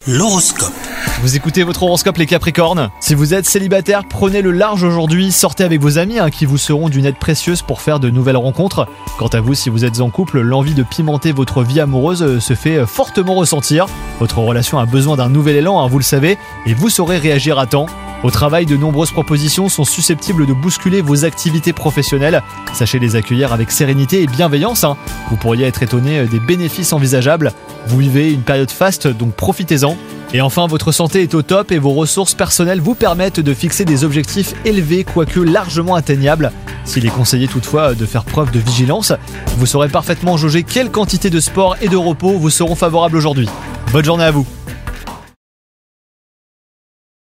L'horoscope. Vous écoutez votre horoscope les Capricornes. Si vous êtes célibataire, prenez le large aujourd'hui, sortez avec vos amis qui vous seront d'une aide précieuse pour faire de nouvelles rencontres. Quant à vous, si vous êtes en couple, l'envie de pimenter votre vie amoureuse se fait fortement ressentir. Votre relation a besoin d'un nouvel élan, vous le savez, et vous saurez réagir à temps. Au travail, de nombreuses propositions sont susceptibles de bousculer vos activités professionnelles. Sachez les accueillir avec sérénité et bienveillance. Vous pourriez être étonné des bénéfices envisageables. Vous vivez une période faste, donc profitez-en. Et enfin, votre santé est au top et vos ressources personnelles vous permettent de fixer des objectifs élevés, quoique largement atteignables. S'il est conseillé toutefois de faire preuve de vigilance, vous saurez parfaitement jauger quelle quantité de sport et de repos vous seront favorables aujourd'hui. Bonne journée à vous!